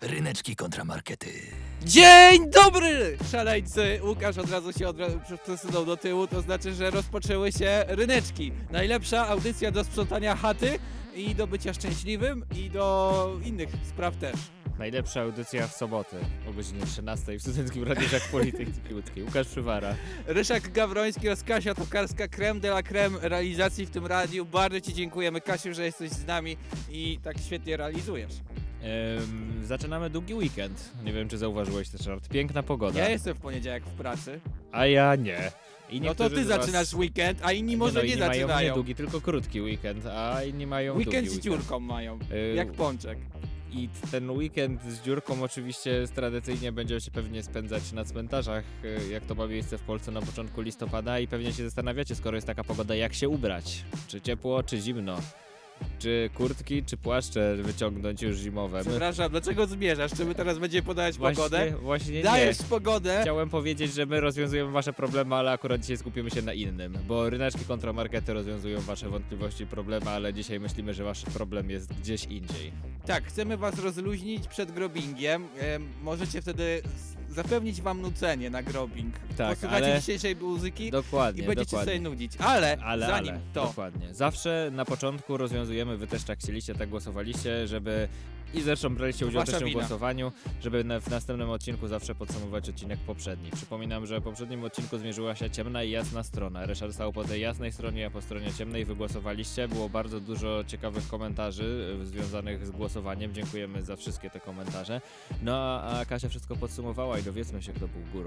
Ryneczki kontra markety. Dzień dobry, szaleńcy! Łukasz od razu się przesunął do tyłu, to znaczy, że rozpoczęły się ryneczki. Najlepsza audycja do sprzątania chaty i do bycia szczęśliwym i do innych spraw też. Najlepsza audycja w soboty o godzinie 13 w Studenckim Radiu Politechniki Łódzkiej. Łukasz Przywara. Ryszard Gawroński oraz Kasia Tokarska, creme de la creme realizacji w tym radiu. Bardzo Ci dziękujemy, Kasiu, że jesteś z nami i tak świetnie realizujesz. Zaczynamy długi weekend. Nie wiem, czy zauważyłeś też, Ryszard. Piękna pogoda. Ja jestem w poniedziałek w pracy. A ja nie. I No to ty zaczynasz weekend, a inni może nie mają zaczynają. nie długi, tylko krótki weekend, a inni mają Weekend długi z dziurką mają, Yy, jak pączek. I ten weekend z dziurką oczywiście tradycyjnie będzie się pewnie spędzać na cmentarzach, jak to ma miejsce w Polsce na początku listopada i pewnie się zastanawiacie, skoro jest taka pogoda, jak się ubrać. Czy ciepło, czy zimno. Czy kurtki, czy płaszcze wyciągnąć już zimowe. Przepraszam, dlaczego zmierzasz? Czy my teraz będziemy podawać pogodę? Właśnie nie. Dajesz pogodę! Chciałem powiedzieć, że my rozwiązujemy wasze problemy, ale akurat dzisiaj skupimy się na innym, bo ryneczki kontra markety rozwiązują wasze wątpliwości i problemy, ale dzisiaj myślimy, że wasz problem jest gdzieś indziej. Tak, chcemy was rozluźnić przed grobingiem. Możecie wtedy zapewnić wam nucenie na grobing. Tak, posłuchacie ale dzisiejszej muzyki dokładnie, i będziecie dokładnie. sobie nudzić. Ale zanim to... Dokładnie. Zawsze na początku rozwiązujemy, wy też tak chcieliście, tak głosowaliście, żeby i zresztą braliście udział Wasza też w tym wina. głosowaniu, żeby w następnym odcinku zawsze podsumować odcinek poprzedni. Przypominam, że w poprzednim odcinku zmierzyła się ciemna i jasna strona. Ryszard stał po tej jasnej stronie, a po stronie ciemnej wygłosowaliście. Było bardzo dużo ciekawych komentarzy związanych z głosowaniem. Dziękujemy za wszystkie te komentarze. No a Kasia wszystko podsumowała i dowiedzmy się, kto był górą.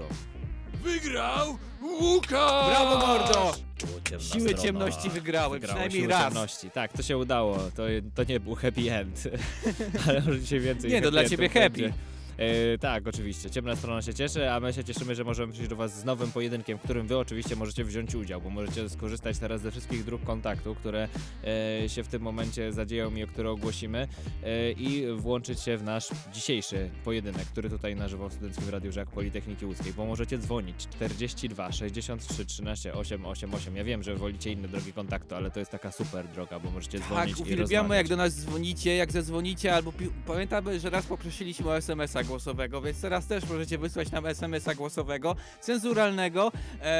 Wygrał Łukasz! Brawo, mordo! Ciemna Siły strona. ciemności wygrały, Wygrało przynajmniej siły raz. ciemności. Tak, to się udało. To nie był happy end. Ale może dzisiaj więcej. Nie, to dla happy ciebie endów happy. będzie. Tak, oczywiście. Ciemna strona się cieszy, a my się cieszymy, że możemy przyjść do was z nowym pojedynkiem, w którym wy oczywiście możecie wziąć udział, bo możecie skorzystać teraz ze wszystkich dróg kontaktu, które się w tym momencie zadzieją i o które ogłosimy i włączyć się w nasz dzisiejszy pojedynek, który tutaj na żywo w Studenckim Radiu Politechniki Łódzkiej, bo możecie dzwonić 42 63 13 888. Ja wiem, że wolicie inne drogi kontaktu, ale to jest taka super droga, bo możecie dzwonić Tak, i uwielbiamy rozmawiać. jak do nas dzwonicie, jak zadzwonicie, albo pamiętamy, że raz poprosiliśmy o SMS-a głosowego, więc teraz też możecie wysłać nam SMS-a głosowego, cenzuralnego,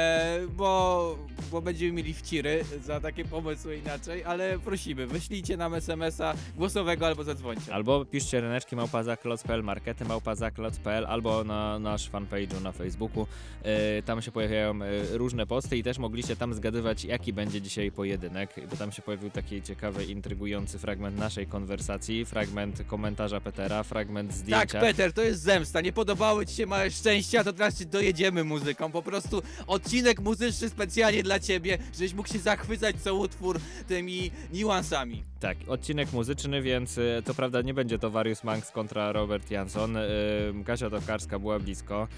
bo będziemy mieli wciry za takie pomysły inaczej, ale prosimy, wyślijcie nam SMS-a głosowego albo zadzwońcie. Albo piszcie ryneczki@zaklot.pl, markety@zaklot.pl, albo na nasz fanpage'u na Facebooku. Tam się pojawiają różne posty i też mogliście tam zgadywać, jaki będzie dzisiaj pojedynek, bo tam się pojawił taki ciekawy, intrygujący fragment naszej konwersacji, fragment komentarza Petera, fragment zdjęcia. Tak, Peter, to jest zemsta. Nie podobały ci się Małe Szczęścia, to teraz cię dojedziemy muzyką. Po prostu odcinek muzyczny specjalnie dla ciebie, żebyś mógł się zachwycać co utwór tymi niuansami. Tak, odcinek muzyczny, więc to prawda nie będzie to Various Monks kontra Robert Jansson. Kasia Tokarska była blisko.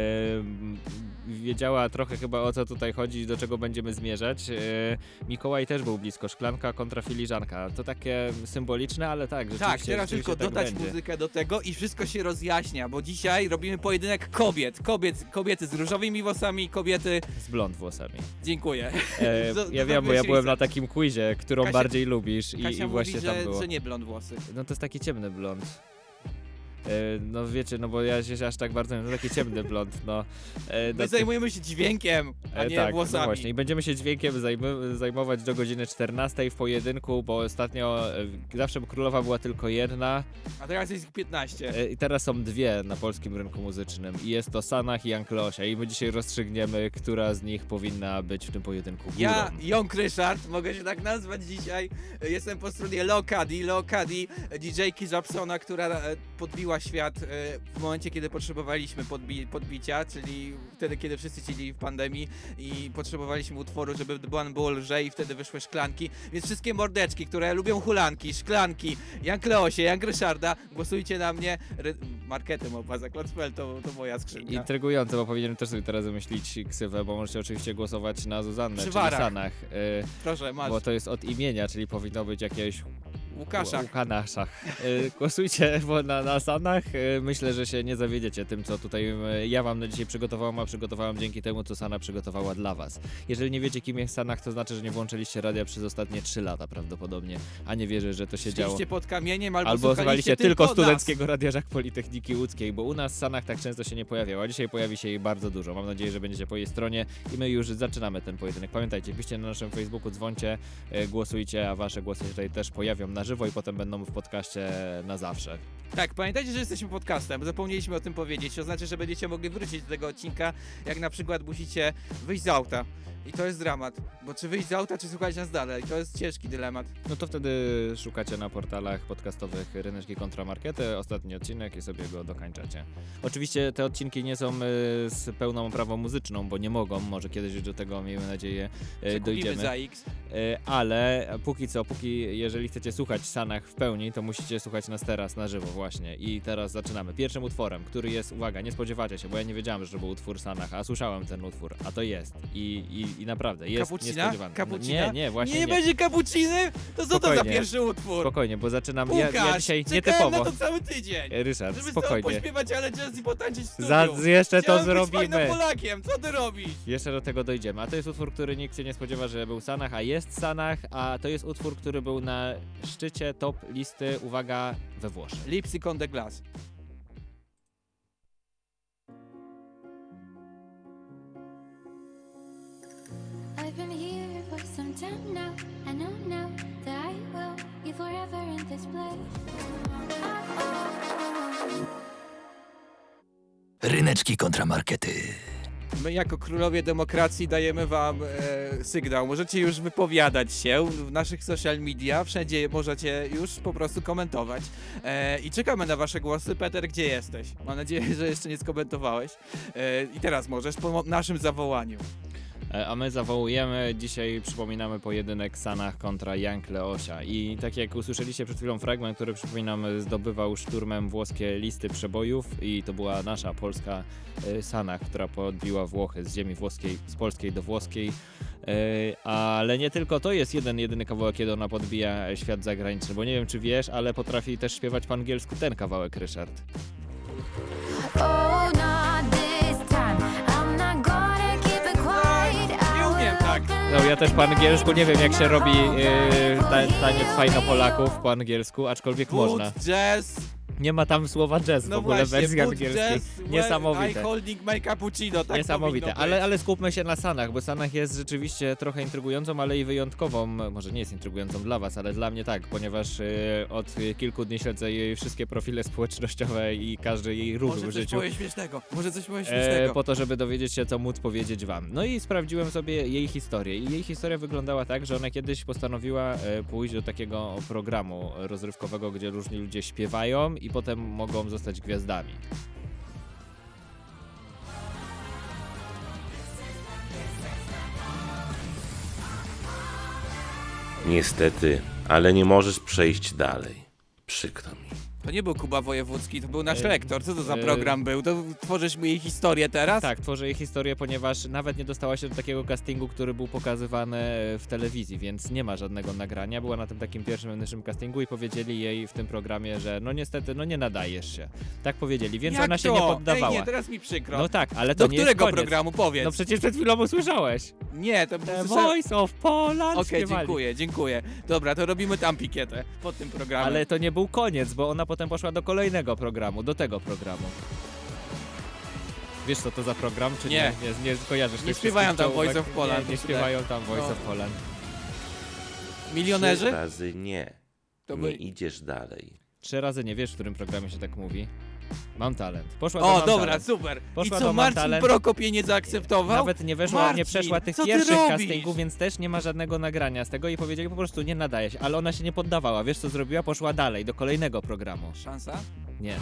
Wiedziała trochę chyba o co tutaj chodzi, do czego będziemy zmierzać. Mikołaj też był blisko, szklanka kontra filiżanka. To takie symboliczne, ale tak, rzeczywiście. Tak, teraz tylko tak dodać będzie. muzykę do tego i wszystko się rozjaśnia, bo dzisiaj robimy pojedynek kobiety z różowymi włosami, kobiety... Z blond włosami. Dziękuję. Ja wiem, bo ja byłem na takim quizie, którą Kasia- bardziej lubisz Kasia i właśnie mówi, tam było. że nie blond włosy. No to jest taki ciemny blond. No wiecie, no bo ja się aż tak bardzo, no taki ciemny blond, no. My zajmujemy się dźwiękiem, a nie tak, włosami. no właśnie i będziemy się dźwiękiem zajmować do godziny 14 w pojedynku, bo ostatnio zawsze królowa była tylko jedna A teraz jest ich 15. i teraz są dwie na polskim rynku muzycznym i jest to Sanach i Young Klosia i my dzisiaj rozstrzygniemy, która z nich powinna być w tym pojedynku górą. Ja, Young Ryszard, mogę się tak nazwać dzisiaj. Jestem po stronie Lokadi, DJ-ki Japsona, która podbiła świat w momencie, kiedy potrzebowaliśmy podbicia, czyli wtedy, kiedy wszyscy siedzieli w pandemii i potrzebowaliśmy utworu, żeby dban było lżej i wtedy wyszły szklanki. Więc wszystkie mordeczki, które lubią hulanki, szklanki, Young Leosie, Young Ryszarda, głosujcie na mnie. Marketem @zaklot.pl to moja skrzynka. Intrygujące, bo powinienem też sobie teraz wymyślić ksywę, bo możecie oczywiście głosować na Zuzannę, czyli Przywarach. Sanach. Proszę, masz. Bo to jest od imienia, czyli powinno być jakieś Łukaszach. Łukanaszach. Głosujcie na Sanach. Myślę, że się nie zawiedziecie tym, co tutaj ja wam na dzisiaj przygotowałem, a przygotowałem dzięki temu, co Sana przygotowała dla was. Jeżeli nie wiecie, kim jest Sanach, to znaczy, że nie włączyliście radia przez ostatnie 3 lata prawdopodobnie, a nie wierzę, że to się działo. Szliście pod kamieniem Albo słuchaliście tylko nas. studenckiego Radia Żak Politechniki Łódzkiej, bo u nas Sanach tak często się nie pojawiał, a dzisiaj pojawi się jej bardzo dużo. Mam nadzieję, że będziecie po jej stronie i my już zaczynamy ten pojedynek. Pamiętajcie, piszcie na naszym Facebooku, dzwońcie, głosujcie, a wasze głosy się tutaj też pojawią na żywo i potem będą w podcaście na zawsze. Tak, pamiętajcie, że jesteśmy podcastem, zapomnieliśmy o tym powiedzieć, to znaczy, że będziecie mogli wrócić do tego odcinka, jak na przykład musicie wyjść z auta. I to jest dramat, bo czy wyjść z auta, czy słuchać nas dalej, to jest ciężki dylemat. No to wtedy szukacie na portalach podcastowych Ryneczki kontra Markety, ostatni odcinek i sobie go dokańczacie. Oczywiście te odcinki nie są z pełną oprawą muzyczną, bo nie mogą, może kiedyś już do tego, miejmy nadzieję, dojdziemy. za X. Ale jeżeli chcecie słuchać Sanach w pełni, to musicie słuchać nas teraz na żywo właśnie. I teraz zaczynamy. Pierwszym utworem, który jest, uwaga, nie spodziewacie się, bo ja nie wiedziałem, że to był utwór Sanach, a słyszałem ten utwór, a to jest. I naprawdę jest niespodziewany. Kapucina? Nie, właśnie nie. będzie kapuciny? To co to za Spokojnie. pierwszy utwór? Spokojnie, bo zaczynam. Łukasz, Ja dzisiaj czekałem nietypowo. na to cały tydzień. Ryszard, Żeby z tobą spokojnie. pośpiewać, ale jazz i potańczyć w studiu. Jeszcze to Chciałem być zrobimy. fajnym Polakiem, co ty robisz? Jeszcze do tego dojdziemy. A to jest utwór, który nikt się nie spodziewa, że był Sanach, a jest Sanach, a to jest utwór, który był na szczycie top listy, uwaga, we Włoszech. Lipstick on the Glass. I've been here for some time now. I know now that I will be forever in this place. Ryneczki kontra markety. My jako królowie demokracji dajemy wam sygnał. Możecie już wypowiadać się w naszych social media, wszędzie możecie już po prostu komentować. I czekamy na wasze głosy. Peter, gdzie jesteś? Mam nadzieję, że jeszcze nie skomentowałeś. I teraz możesz po naszym zawołaniu. A my zawołujemy, dzisiaj przypominamy pojedynek Sanach kontra Young Leosia i tak jak usłyszeliście przed chwilą fragment, który przypominam zdobywał szturmem włoskie listy przebojów i to była nasza polska Sanach, która podbiła Włochy z ziemi włoskiej, z polskiej do włoskiej. Ale nie tylko to jest jedyny kawałek, kiedy ona podbija świat zagraniczny, bo nie wiem czy wiesz, ale potrafi też śpiewać po angielsku ten kawałek, Ryszard. Oh, not this time. I'm not gonna keep it quiet. Nie umiem tak. No ja też po angielsku nie wiem jak się robi taniec fajno Polaków po angielsku, aczkolwiek można. Good jazz. Nie ma tam słowa jazz w ogóle w wersji good angielskiej. jazz, Niesamowite. I holding my cappuccino, tak Niesamowite, powinno być. ale skupmy się na Sanach, bo Sanach jest rzeczywiście trochę intrygującą, ale i wyjątkową, może nie jest intrygującą dla was, ale dla mnie tak, ponieważ od kilku dni śledzę jej wszystkie profile społecznościowe i każdy jej ruch w życiu. Może coś powie śmiesznego. Po to, żeby dowiedzieć się, co móc powiedzieć wam. No i sprawdziłem sobie jej historię i jej historia wyglądała tak, że ona kiedyś postanowiła pójść do takiego programu rozrywkowego, gdzie różni ludzie śpiewają i potem mogą zostać gwiazdami. Niestety, ale nie możesz przejść dalej. Przykro mi. To nie był Kuba Wojewódzki, to był nasz E, lektor. Co to za e, program był? To tworzysz mu jej historię teraz? Tak, tworzę jej historię, ponieważ nawet nie dostała się do takiego castingu, który był pokazywany w telewizji, więc nie ma żadnego nagrania. Była na tym takim pierwszym naszym castingu i powiedzieli jej w tym programie, że no niestety, no nie nadajesz się. Tak powiedzieli, więc Jak ona się to? nie poddawała. Ej, nie, teraz mi przykro. No tak, ale to do nie jest którego koniec. programu? Powiedz. No przecież przed chwilą usłyszałeś. Nie, to The słyszałem- Voice of Poland Okej, śpiewali. dziękuję. Dobra, to robimy tam pikietę pod tym programem. Ale to nie był koniec, bo ona potem poszła do kolejnego programu, do tego programu. Wiesz co to za program, czy Nie. nie kojarzysz Nie tych śpiewają wszystkich tam Voice czołówek? of Poland, Nie to śpiewają tam Voice No. of Poland. Milionerzy? 3 razy nie. To Nie by- idziesz dalej. 3 razy nie wiesz, w którym programie się tak mówi. Mam talent. Poszła do O, Mam dobra, talent. super. Poszła I do co, Mam Marcin Talent. Prokop jej nie zaakceptował? Nawet nie weszła, Marcin, nie przeszła tych co ty pierwszych robisz? castingów, więc też nie ma żadnego nagrania z tego i powiedzieli po prostu nie nadaje się, ale ona się nie poddawała. Wiesz co zrobiła? Poszła dalej, do kolejnego programu. Szansa? Nie.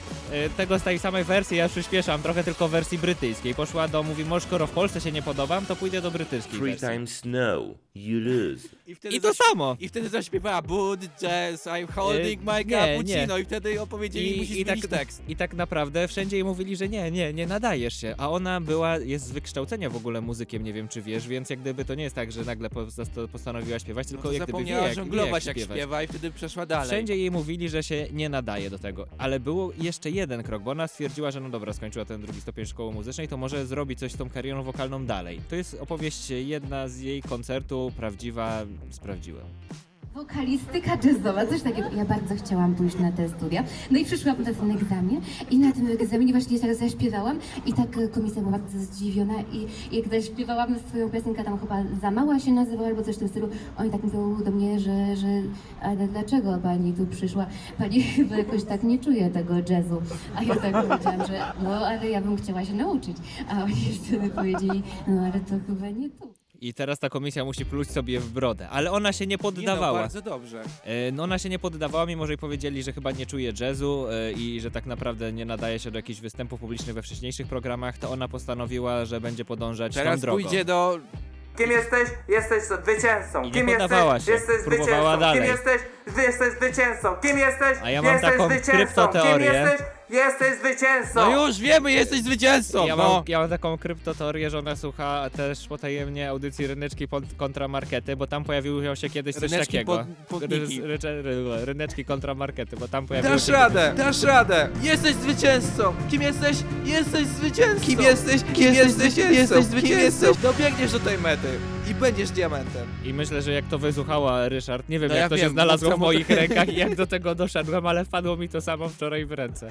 tego z tej samej wersji, ja przyspieszam trochę tylko wersji brytyjskiej. Poszła do, mówi, może skoro w Polsce się nie podobam, to pójdę do brytyjskiej Three wersji. times no, you lose. wtedy I to samo. I wtedy zaśpiewała Bud Jazz, I'm holding my nie, cappuccino i wtedy opowiedzieli, musisz zmienić tekst. I tak naprawdę wszędzie jej mówili, że nie nadajesz się, a ona jest z wykształcenia w ogóle muzykiem, nie wiem czy wiesz, więc jak gdyby to nie jest tak, że nagle postanowiła śpiewać, tylko to jak gdyby wie zapomniała jak żonglować jak śpiewać. śpiewa i wtedy przeszła dalej. Wszędzie jej mówili, że się nie nadaje do tego, ale było jeszcze jeden krok, bo ona stwierdziła, że no dobra, skończyła ten drugi stopień szkoły muzycznej, to może zrobi coś z tą karierą wokalną dalej. To jest opowieść jedna z jej koncertu, prawdziwa, sprawdziłem. Wokalistyka jazzowa, coś takiego. Ja bardzo chciałam pójść na te studia. No i przyszłam na ten egzamin i na tym egzaminie właśnie tak zaśpiewałam i tak komisja była bardzo zdziwiona i jak zaśpiewałam swoją piosenkę, tam chyba Za mała się nazywała albo coś w tym stylu, oni tak mówią do mnie, że ale dlaczego pani tu przyszła? Pani chyba jakoś tak nie czuje tego jazzu. A ja tak powiedziałam, że no ale ja bym chciała się nauczyć. A oni wtedy powiedzieli, no ale to chyba nie tu. I teraz ta komisja musi pluć sobie w brodę, ale ona się nie Nie no, poddawała. bardzo dobrze. No ona się nie poddawała, mimo że jej powiedzieli, że chyba nie czuje jazzu i że tak naprawdę nie nadaje się do jakichś występów publicznych we wcześniejszych programach, to ona postanowiła, że będzie podążać tą Teraz drogą. pójdzie do... Kim jesteś? Jesteś zwycięzcą. I nie Kim poddawała jesteś? się. Jesteś Próbowała zwycięzcą. dalej. Kim jesteś? Jesteś zwycięzcą. Kim jesteś? A ja mam jesteś taką zwycięzcą. kryptoteorię. Kim jesteś? Jesteś zwycięzcą. No już wiemy, jesteś zwycięzcą! Ja mam taką kryptoteorię, że ona słucha też potajemnie audycji Ryneczki kontra Markety, bo tam pojawiło się kiedyś coś Ryneczki takiego. podniki. Ryneczki kontra Markety, bo tam pojawiło Dasz się... radę, dasz radę! Jesteś zwycięzcą! Kim jesteś? Jesteś zwycięzcą! Kim jesteś? Kim jesteś? Jesteś zwycięzcą! Dobiegniesz do tej mety i będziesz diamentem. I myślę, że jak to wysłuchała Ryszard, nie wiem No jak ja to się wiem, znalazło bo w moich rękach i jak do tego doszedłem, ale wpadło mi to samo wczoraj w ręce.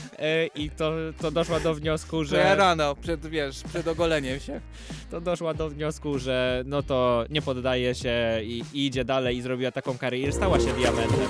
I to doszła do wniosku, Że ja że... rano, przed ogoleniem się. To doszła do wniosku, że no to nie poddaje się i idzie dalej i zrobiła taką karierę, stała się diamentem.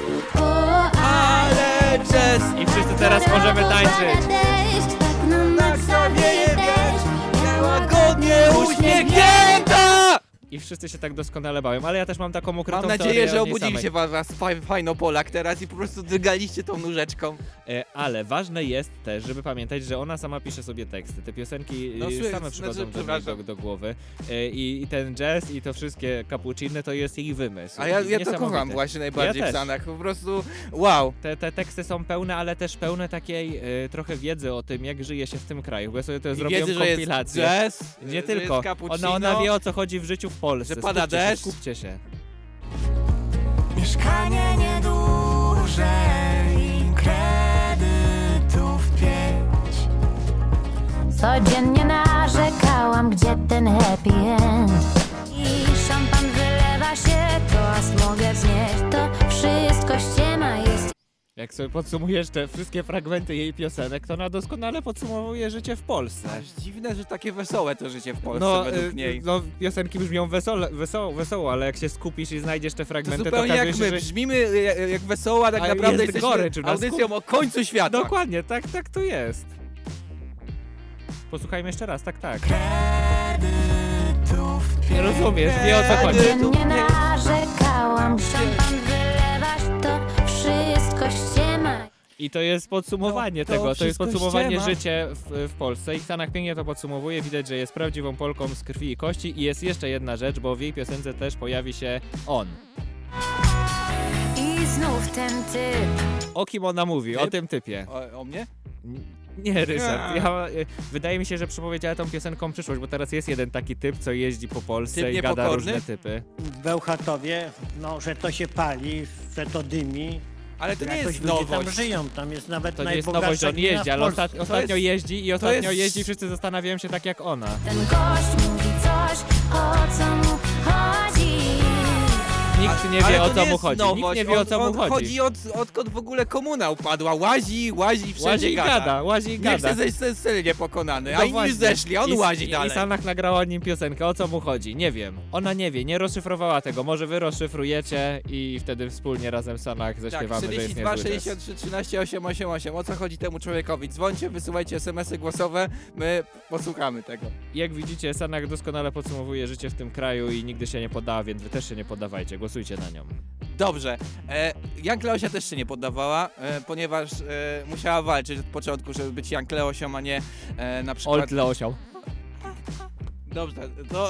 Ale jazz! I wszyscy teraz możemy tańczyć. Tak zawieje deszcz! Łagodnie uśmiechnięta! I wszyscy się tak doskonale bawią, ale ja też mam taką ukrytą Mam nadzieję, teorię że o niej obudzili samej. się was Fajnopolak teraz i po prostu drgaliście tą nóżeczką. Ale ważne jest też, żeby pamiętać, że ona sama pisze sobie teksty. Te piosenki No, same przychodzą przepraszam. do głowy. I ten jazz i to wszystkie cappucciny to jest ich wymysł. A ja to Niesamowite. kocham właśnie najbardziej Ja w też. Sanach. Po prostu wow. Te teksty są pełne, ale też pełne takiej trochę wiedzy o tym, jak żyje się w tym kraju. Bo ja sobie to I zrobiłem wiedzy, że jest kompilację. jazz, Nie że tylko. jest cappuccino. Ona wie o co chodzi w życiu w Polsce. Że pada Skupcie się, deszcz. Skupcie się. Mieszkanie nieduże i kredytów 5. Codziennie narzekałam, gdzie ten happy end. I szampan wylewa się, to aż mogę wznieść. To wszystko ściema jest. Jak sobie podsumujesz te wszystkie fragmenty jej piosenek, to ona doskonale podsumowuje życie w Polsce. Aż dziwne, że takie wesołe to życie w Polsce według niej. No, piosenki brzmią wesoło, ale jak się skupisz i znajdziesz te To fragmenty, to zupełnie okazuje jak się, my, że... brzmimy jak wesoła, tak A naprawdę jest jesteśmy gorycz u nas. audycją o końcu świata. Dokładnie, tak to jest. Posłuchajmy jeszcze raz, tak. Kredytów 5. Nie rozumiesz, wie o co chodzi. Codziennie narzekałam, szampan wylewasz, to wszystko ściema. I to jest podsumowanie No, to tego, to jest wszystko podsumowanie ściema. życia w Polsce. I Stanach pięknie to podsumowuje, widać, że jest prawdziwą Polką z krwi i kości. I jest jeszcze jedna rzecz, bo w jej piosence też pojawi się on. I znów ten typ. O kim ona mówi? O Typ? tym typie. O mnie? Nie, Ryszard. Wydaje mi się, że przepowiedziała tą piosenką przyszłość, bo teraz jest jeden taki typ, co jeździ po Polsce Typ i gada niepokorny? różne typy. W Bełchatowie, no, że to się pali, że to dymi. Ale to nie Jakoś jest ludzie tam nowość. żyją, tam jest nawet To nie jest najbogatsza nowość, że on gmina jeździ, w ale Polsce. ostatnio jest- jeździ i ostatnio jest- jeździ, wszyscy zastanawiają się tak jak ona. Ten gość mówi coś, o co mu chodzi. Nikt nie Ale wie to o co mu jest chodzi. nowość. Nikt nie wie o co on mu chodzi. chodzi odkąd w ogóle komuna upadła. Łazi wszędzie Łazi i gada. gada, łazi i Nie gada. chce zejść z sceny niepokonany, No a inni właśnie. już zeszli, a on łazi I dalej. Sanach nagrała o nim piosenkę, o co mu chodzi? Nie wiem. Ona nie wie, nie rozszyfrowała tego. Może wy rozszyfrujecie i wtedy wspólnie razem w Sanach Tak, zaśpiewamy, że jest 42 niezły jazz. 63 13 888. O co chodzi temu człowiekowi? Dzwońcie, wysyłajcie SMS-y głosowe, my posłuchamy tego. Jak widzicie, Sanach doskonale podsumowuje życie w tym kraju i nigdy się nie poddała, więc wy też się nie poddawajcie. Głosujcie na nią. Dobrze. Young Leosia też się nie poddawała, ponieważ musiała walczyć od początku, żeby być Young Leosią, a nie na przykład... Old Leosią. Dobrze, to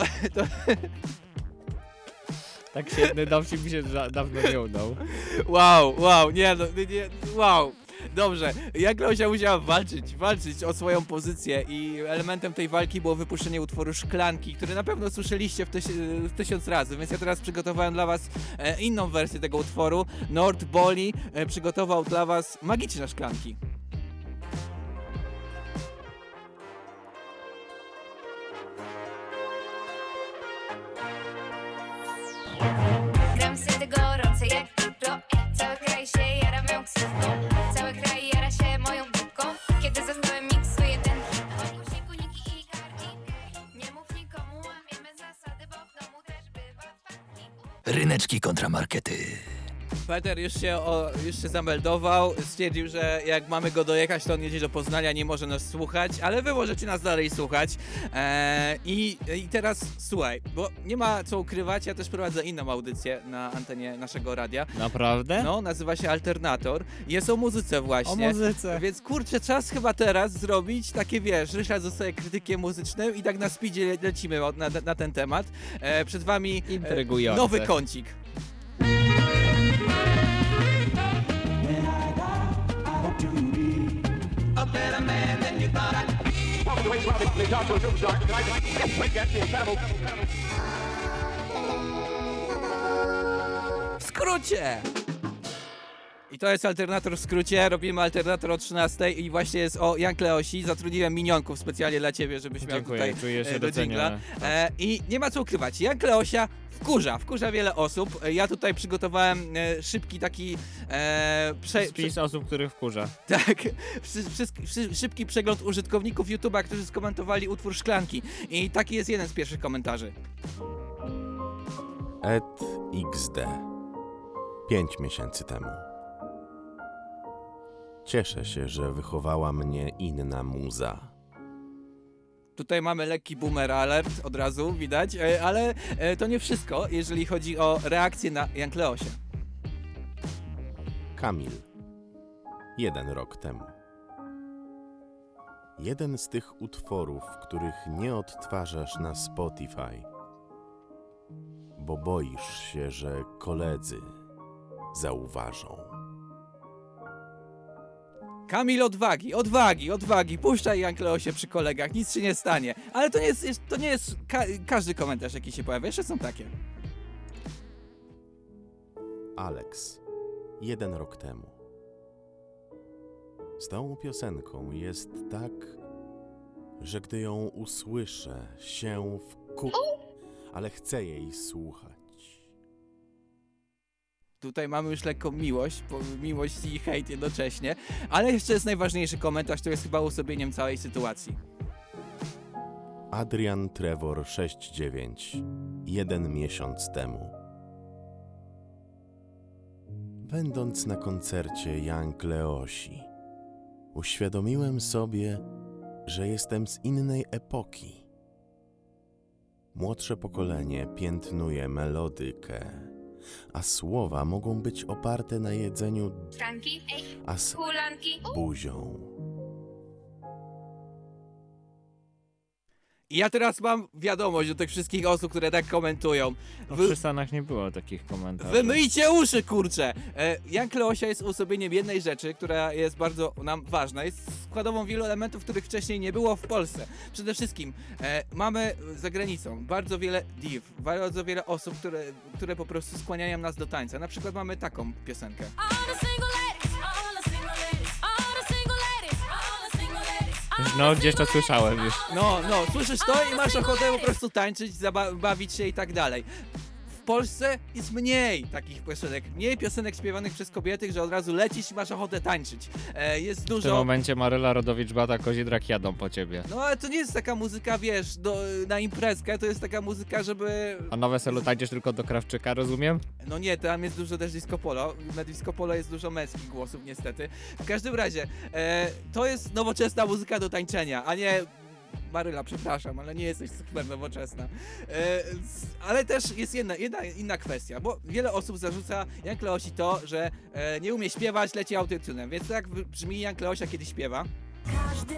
Tak świetny dowcip mi się dawno nie udał. wow, nie, wow. Dobrze, Young Leosia musiała walczyć o swoją pozycję i elementem tej walki było wypuszczenie utworu Szklanki, który na pewno słyszeliście w 1000 razy, więc ja teraz przygotowałem dla was inną wersję tego utworu. Nord Boli przygotował dla was magiczne szklanki. Gram wtedy gorące jak jutro. Cały kraj się jara moją ksywką. Cały kraj jara się moją dupką. Kiedy zostałem miksuję ten hit. Głośniku Niki i Kardi. Nie mów nikomu, łamiemy zasady, bo w domu też bywa wpadki. Ryneczki kontramarkety. Peter już się zameldował, stwierdził, że jak mamy go dojechać, to on jedzie do Poznania, nie może nas słuchać, ale wy możecie nas dalej słuchać. I teraz słuchaj, bo nie ma co ukrywać, ja też prowadzę inną audycję na antenie naszego radia. Naprawdę? No, nazywa się Alternator. Jest o muzyce właśnie. O muzyce. Więc kurczę, czas chyba teraz zrobić takie, wiesz, Ryszard zostaje krytykiem muzycznym i tak na speedzie lecimy na ten temat. Przed wami Intrygujące. nowy kącik. W skrócie! I to jest Alternator w skrócie, robimy Alternator o 13 i właśnie jest o Young Leosi. Zatrudniłem minionków specjalnie dla ciebie, żebyś miał Dziękuję, tutaj czuję się do dżingla. doceniony. I nie ma co ukrywać, Young Leosia wkurza wiele osób. Ja tutaj przygotowałem szybki taki Spis osób, których wkurza. tak, szybki przegląd użytkowników YouTube'a, którzy skomentowali utwór Szklanki. I taki jest jeden z pierwszych komentarzy. Ed XD 5 miesięcy temu. Cieszę się, że wychowała mnie inna muza. Tutaj mamy lekki boomer alert, od razu widać, ale to nie wszystko, jeżeli chodzi o reakcję na Young Leosia. Kamil 1 rok temu. Jeden z tych utworów, których nie odtwarzasz na Spotify, bo boisz się, że koledzy zauważą. Kamil, odwagi, puszczaj Young Leosie przy kolegach, nic się nie stanie. Ale to nie jest każdy komentarz, jaki się pojawia, jeszcze są takie. Alex 1 rok temu. Z tą piosenką jest tak, że gdy ją usłyszę, się ale chcę jej słuchać. Tutaj mamy już lekką miłość i hejt jednocześnie, ale jeszcze jest najważniejszy komentarz, który jest chyba uosobieniem całej sytuacji. Adrian Trevor 69 1 miesiąc temu. Będąc na koncercie Young Leosi, uświadomiłem sobie, że jestem z innej epoki. Młodsze pokolenie piętnuje melodykę, a słowa mogą być oparte na jedzeniu a z buzią. I ja teraz mam wiadomość do tych wszystkich osób, które tak komentują. W Stanach nie było takich komentarzy. Wymyjcie uszy, kurczę! Young Leosia jest uosobieniem jednej rzeczy, która jest bardzo nam ważna. Jest składową wielu elementów, których wcześniej nie było w Polsce. Przede wszystkim mamy za granicą bardzo wiele div, bardzo wiele osób, które po prostu skłaniają nas do tańca. Na przykład mamy taką piosenkę. No, gdzieś to słyszałem już. No, słyszysz to i masz ochotę po prostu tańczyć, bawić się i tak dalej. W Polsce jest mniej takich piosenek, mniej piosenek śpiewanych przez kobiety, że od razu lecisz i masz ochotę tańczyć. Jest dużo... W tym momencie Maryla Rodowicz, Beata Kozidrak jadą po ciebie. No ale to nie jest taka muzyka, wiesz, na imprezkę, to jest taka muzyka, żeby... A na weselu tańczysz tylko do Krawczyka, rozumiem? No nie, tam jest dużo też disco polo. Na disco polo jest dużo męskich głosów niestety. W każdym razie, to jest nowoczesna muzyka do tańczenia, a nie Maryla, przepraszam, ale nie jesteś super nowoczesna. Ale też jest inna kwestia, bo wiele osób zarzuca Jan Kleosi to, że nie umie śpiewać, leci autotunem. Więc tak brzmi Jan Kleosia, kiedy śpiewa. Każdy,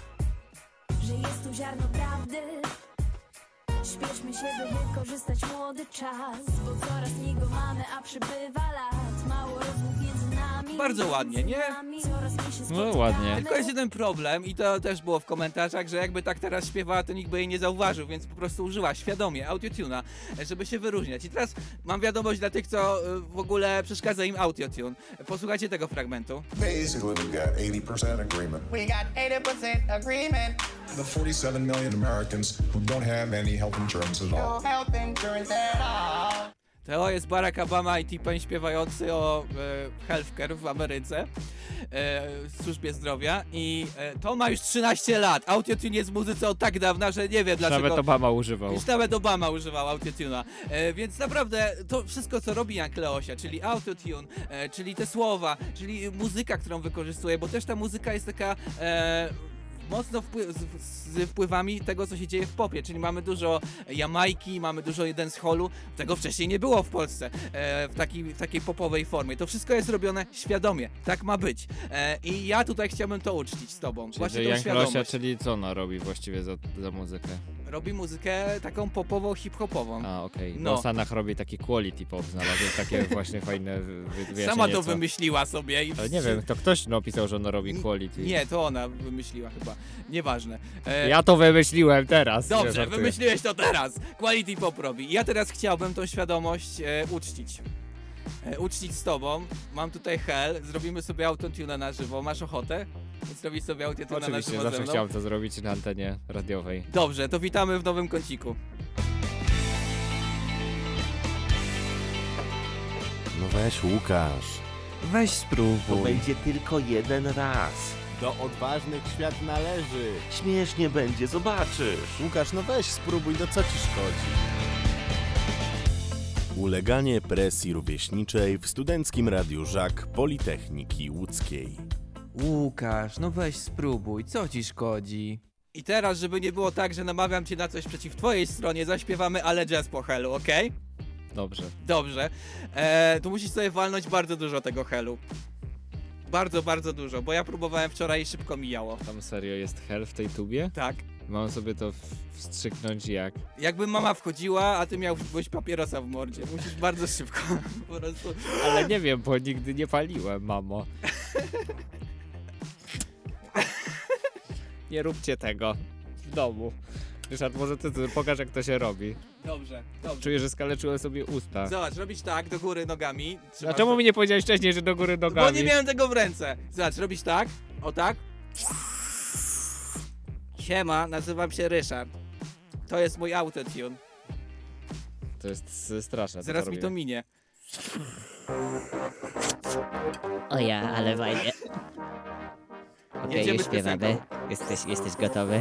że jest tu ziarno prawdy. Śpieszmy się, by wykorzystać młody czas, bo coraz mniej go mamy, a przybywa lat. Mało rozmów między nami. Bardzo ładnie, nie? No ładnie. Tylko jest jeden problem i to też było w komentarzach, że jakby tak teraz śpiewała, to nikt by jej nie zauważył, więc po prostu użyła świadomie autotuna, żeby się wyróżniać. I teraz mam wiadomość dla tych, co w ogóle przeszkadza im autotune. Posłuchajcie tego fragmentu. Basically, we got 80% agreement. We got 80% agreement. The 47 million Americans who don't have any health insurance at all. No health insurance at all. To jest Barack Obama i T-Pain śpiewający o healthcare w Ameryce, w służbie zdrowia i to ma już 13 lat. Autotune jest w muzyce od tak dawna, że nie wiem dlaczego. Nawet Obama używał. Już nawet Obama używał autotuna. Więc naprawdę to wszystko, co robi Jan Kleosia, czyli autotune, czyli te słowa, czyli muzyka, którą wykorzystuje, bo też ta muzyka jest taka mocno z wpływami tego, co się dzieje w popie, czyli mamy dużo Jamajki, mamy dużo dancehallu, tego wcześniej nie było w Polsce w takiej popowej formie. To wszystko jest robione świadomie, tak ma być. I ja tutaj chciałbym to uczcić z tobą. Czyli Właśnie tą Jan świadomość. Kleosia, czyli co ona robi właściwie za muzykę? Robi muzykę taką popową, hip-hopową. A, okej. No. Bo Sanach robi taki quality pop, znalazłem takie właśnie fajne wyjaśnienie. Sama to co... wymyśliła sobie. Ale nie wiem, to ktoś napisał, że ona robi quality. Nie, to ona wymyśliła chyba. Nieważne. Ja to wymyśliłem teraz. Dobrze, wymyśliłeś to teraz. Quality pop robi. Ja teraz chciałbym tą świadomość uczcić. Uczcić z tobą. Mam tutaj Hell. Zrobimy sobie autotune na żywo. Masz ochotę? Zrobić sobie autotune na żywo. Oczywiście, zawsze chciałem to zrobić na antenie radiowej. Dobrze, to witamy w nowym kąciku. No weź, Łukasz. Weź spróbuj. To będzie tylko jeden raz. Do odważnych świat należy. Śmiesznie będzie, zobaczysz. Łukasz, no weź spróbuj, no co ci szkodzi? Uleganie presji rówieśniczej w Studenckim Radiu Żak Politechniki Łódzkiej. Łukasz, no weź spróbuj, co ci szkodzi? I teraz, żeby nie było tak, że namawiam cię na coś przeciw twojej stronie, zaśpiewamy Ale Jazz po Hellu, okej? Dobrze. Dobrze. Tu musisz sobie walnąć bardzo dużo tego Hellu. Bardzo, bardzo dużo, bo ja próbowałem wczoraj i szybko mijało. Tam serio jest Hell w tej tubie? Tak. Mam sobie to wstrzyknąć jak? Jakby mama wchodziła, a ty miałbyś papierosa w mordzie. Musisz bardzo szybko po prostu... Ale nie wiem, bo nigdy nie paliłem, mamo. Nie róbcie tego w domu. Ryszard, może ty pokaż, jak to się robi. Dobrze, dobrze. Czuję, że skaleczyłem sobie usta. Zobacz, robisz tak, do góry nogami. A czemu mi nie powiedziałeś wcześniej, że do góry nogami? Bo nie miałem tego w ręce. Zobacz, robisz tak, o tak. Siema, nazywam się Ryszard. To jest mój autotune. To jest straszne. Zaraz mi to minie. O ja, ale fajnie. Okej, już śpiewamy. Jesteś gotowy?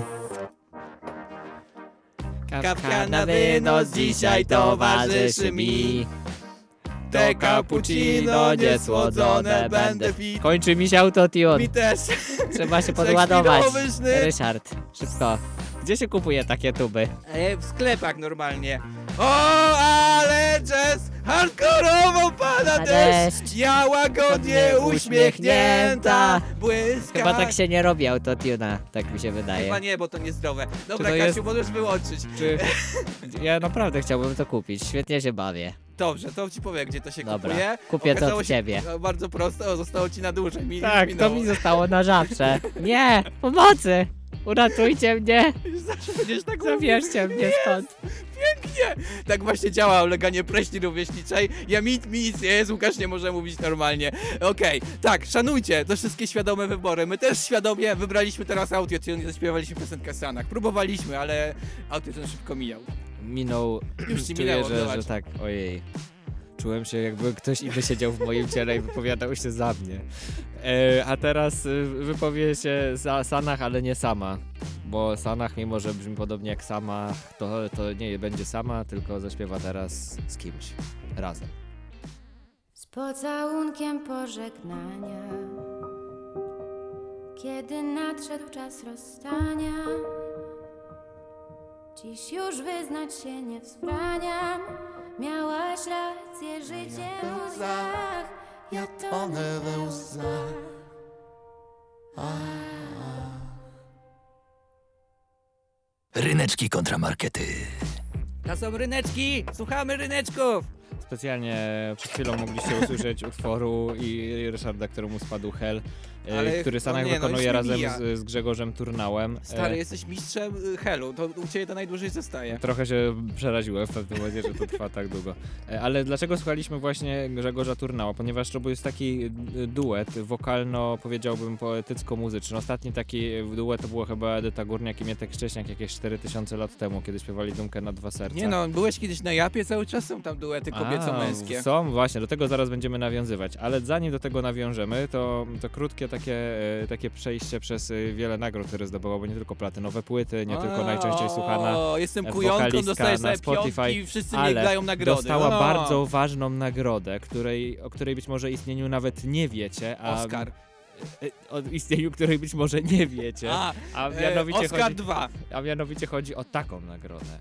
Kawka na wynos dzisiaj towarzyszy mi. Te cappuccino niesłodzone będę pić. Kończy mi się autotune. Mi też. Trzeba się podładować. Sznyt. Ryszard, szybko. Gdzie się kupuje takie tuby? W sklepach normalnie. O, ale jazz hardkorową pada deszcz. Ja łagodnie uśmiechnięta. Błyska. Chyba tak się nie robi autotuna, tak mi się wydaje. Chyba nie, bo to niezdrowe. Dobra, to Kasiu, jest... możesz wyłączyć. Ja naprawdę chciałbym to kupić. Świetnie się bawię. Dobrze, to ci powiem, gdzie to się Dobra, kupuje. kupię to od ciebie. Bardzo prosto, zostało ci na dłużej. Tak, to mi zostało na zawsze. Nie, pomocy! Uratujcie mnie! Już zawsze będziesz tak Zabierzcie mnie stąd. Pięknie! Tak właśnie działa uleganie preśni rówieśniczej. Ja nic nie jest, Łukasz nie może mówić normalnie. Okej, tak, szanujcie te wszystkie świadome wybory. My też świadomie wybraliśmy teraz autotune i zaśpiewaliśmy piosenkę w Sanach. Próbowaliśmy, ale autotune szybko mijał. Minął, Już ci czuję, minęło, że tak, ojej. Czułem się, jakby ktoś inny siedział w moim ciele i wypowiadał się za mnie. A teraz wypowie się za Sanach, ale nie sama. Bo Sanach, mimo że brzmi podobnie jak sama, to nie będzie sama, tylko zaśpiewa teraz z kimś. Razem. Z pocałunkiem pożegnania, kiedy nadszedł czas rozstania, Dziś już wyznać się nie wzbraniam. Miałaś rację, życie w łzach. Ja tonę we łzach. Ryneczki kontramarkety. To są ryneczki! Słuchamy ryneczków! Specjalnie przed chwilą mogliście usłyszeć utworu i Ryszarda, któremu spadł Hel, Ale który Sanach już wykonuje nie razem mija. z Grzegorzem Turnałem. Stary, jesteś mistrzem Helu, to u ciebie to najdłużej zostaje. Trochę się przeraziłem w pewnym momencie, że to trwa tak długo. Ale dlaczego słuchaliśmy właśnie Grzegorza Turnała? Ponieważ to jest taki duet wokalno, powiedziałbym, poetycko-muzyczny. Ostatni taki duet to było chyba Edyta Górniak i Mietek Szcześniak jakieś 4000 lat temu, kiedy śpiewali Dumkę na dwa serca. Nie no, byłeś kiedyś na Japie, cały czas są tam duety kobieco-męskie. Są, właśnie, do tego zaraz będziemy nawiązywać. Ale zanim do tego nawiążemy, to krótkie takie przejście przez wiele nagród, które zdobyła, bo nie tylko platynowe płyty, nie tylko najczęściej słuchana jestem kujonką, wokalistka dostaję na sobie Spotify, piątki i wszyscy ale mnie grają nagrody. dostała bardzo ważną nagrodę, o której być może istnieniu nawet nie wiecie. Oscar. O istnieniu której być może nie wiecie. A mianowicie Oscar 2. A mianowicie chodzi o taką nagrodę.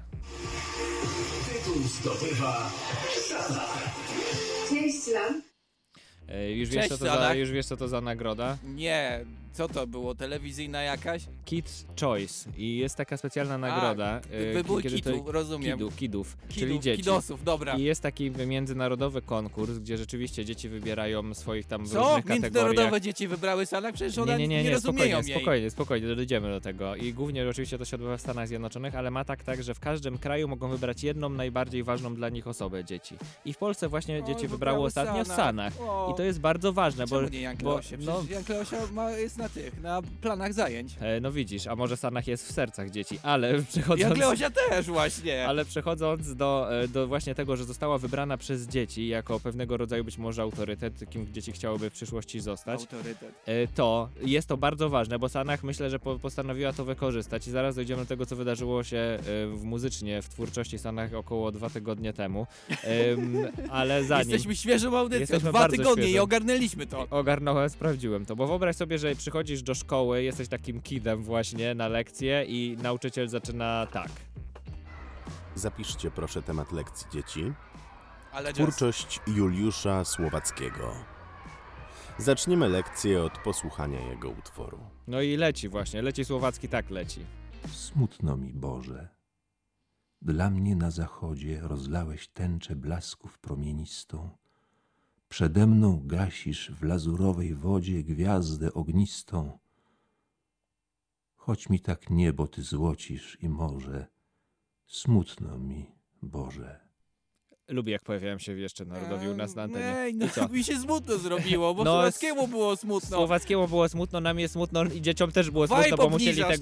Tytuł zdobywa Sanach. Cześć, Lan. Już wiesz, co to za nagroda? Nie, co to było? Telewizyjna jakaś? Kids Choice. I jest taka specjalna nagroda. Wybór kidu, rozumiem. Kidów, czyli dzieci. Kidosów, dobra. I jest taki międzynarodowy konkurs, gdzie rzeczywiście dzieci wybierają swoich tam w różnych kategoriach. Międzynarodowe dzieci wybrały Sanach? Przecież one nie rozumieją spokojnie, dojdziemy do tego. I głównie oczywiście to się odbywa w Stanach Zjednoczonych, ale ma tak, że w każdym kraju mogą wybrać jedną najbardziej ważną dla nich osobę dzieci. I w Polsce właśnie dzieci wybrało ostatnio Sanach. I to jest bardzo ważne, Czemu nie Jan Kleosie? Przecież Jan Kleosia jest na planach zajęć. No widzisz, a może Sanach jest w sercach dzieci, ale przechodząc... Jan Kleosia też właśnie. Ale przechodząc do właśnie tego, że została wybrana przez dzieci jako pewnego rodzaju być może autorytet, kim dzieci chciałyby w przyszłości zostać. Autorytet. To jest to bardzo ważne, bo Sanach myślę, że postanowiła to wykorzystać i zaraz dojdziemy do tego, co wydarzyło się muzycznie w twórczości Sanach około 2 tygodnie temu. Ale zanim... Jesteśmy świeżą audycją, 2 tygodnie i ogarnęliśmy to. Ogarnąłem, sprawdziłem to, bo wyobraź sobie, że przychodzisz do szkoły, jesteś takim kidem właśnie na lekcję i nauczyciel zaczyna tak. Zapiszcie proszę temat lekcji dzieci. Ale Twórczość Juliusza Słowackiego. Zaczniemy lekcję od posłuchania jego utworu. No i leci Słowacki, tak leci. Smutno mi, Boże. Dla mnie na zachodzie rozlałeś tęczę blasków promienistą. Przede mną gasisz w lazurowej wodzie gwiazdę ognistą. Choć mi tak niebo ty złocisz i morze, smutno mi, Boże. Lubię, jak pojawiałem się jeszcze narodowi u nas na antenie. Mi się smutno zrobiło, bo Słowackiemu było smutno. Słowackiemu było smutno, nam jest smutno i dzieciom też było smutno, bo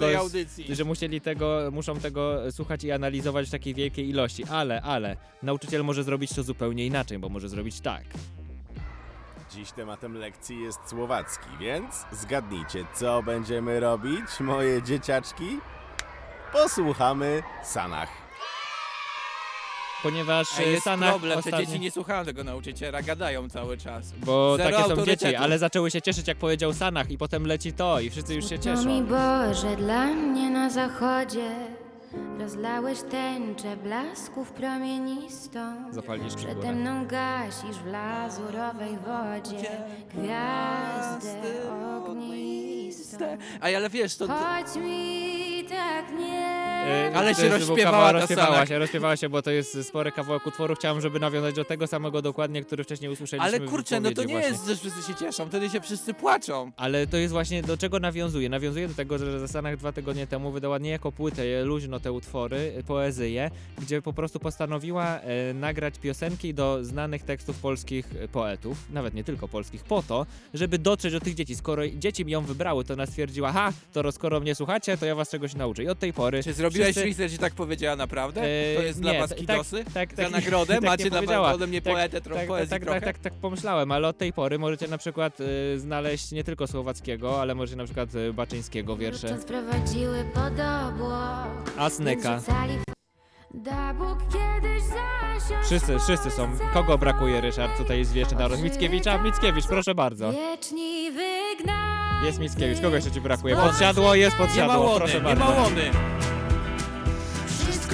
muszą tego słuchać i analizować w takiej wielkiej ilości. Ale nauczyciel może zrobić to zupełnie inaczej, bo może zrobić tak. Dziś tematem lekcji jest słowacki, więc zgadnijcie, co będziemy robić, moje dzieciaczki? Posłuchamy Sanach. Ponieważ jest Sanach problem, te dzieci nie słuchają tego nauczyciela, gadają cały czas. Bo Zero takie są autorytetu. dzieci, ale zaczęły się cieszyć, jak powiedział Sanach i potem leci to i wszyscy już się cieszą. mi, Boże, dla mnie na zachodzie rozlałeś tęczę blasków promienistą. Zapalisz Przede górę. mną gasisz w lazurowej wodzie gwiazdę ognistą. Ale wiesz, to... Choć mi tak nie... Ale się rozśpiewała rozśpiewała się, bo to jest spory kawałek utworu. Chciałem, żeby nawiązać do tego samego dokładnie, który wcześniej usłyszeliśmy. Ale kurczę, no to nie właśnie. jest, że wszyscy się cieszą, wtedy się wszyscy płaczą. Ale to jest właśnie, do czego nawiązuje? Nawiązuje do tego, że Sanach 2 tygodnie temu wydała niejako płytę, luźno te utwory, poezyję, gdzie po prostu postanowiła nagrać piosenki do znanych tekstów polskich poetów, nawet nie tylko polskich, po to, żeby dotrzeć do tych dzieci. Skoro dzieci ją wybrały, to ona stwierdziła, skoro mnie słuchacie, to ja was czegoś nauczę. I od tej pory... Czy zrobiłeś research i tak powiedziała naprawdę? To jest dla was kidosy? Za nagrodę? Tak Macie ode mnie poetę, poezji trochę? Tak pomyślałem, ale od tej pory możecie na przykład znaleźć nie tylko Słowackiego, ale możecie na przykład Baczyńskiego wiersze. Sprowadziły pod obłok. Asnyka. Da Bóg kiedyś zasiąść. Wszyscy są. Kogo brakuje, Ryszard? Tutaj jest jeszcze naród. Mickiewicz, proszę bardzo. Wieczni wygnani. Jest Mickiewicz, kogo jeszcze ci brakuje? Podsiadło, jest Podsiadło, proszę bardzo. Nie ma łony.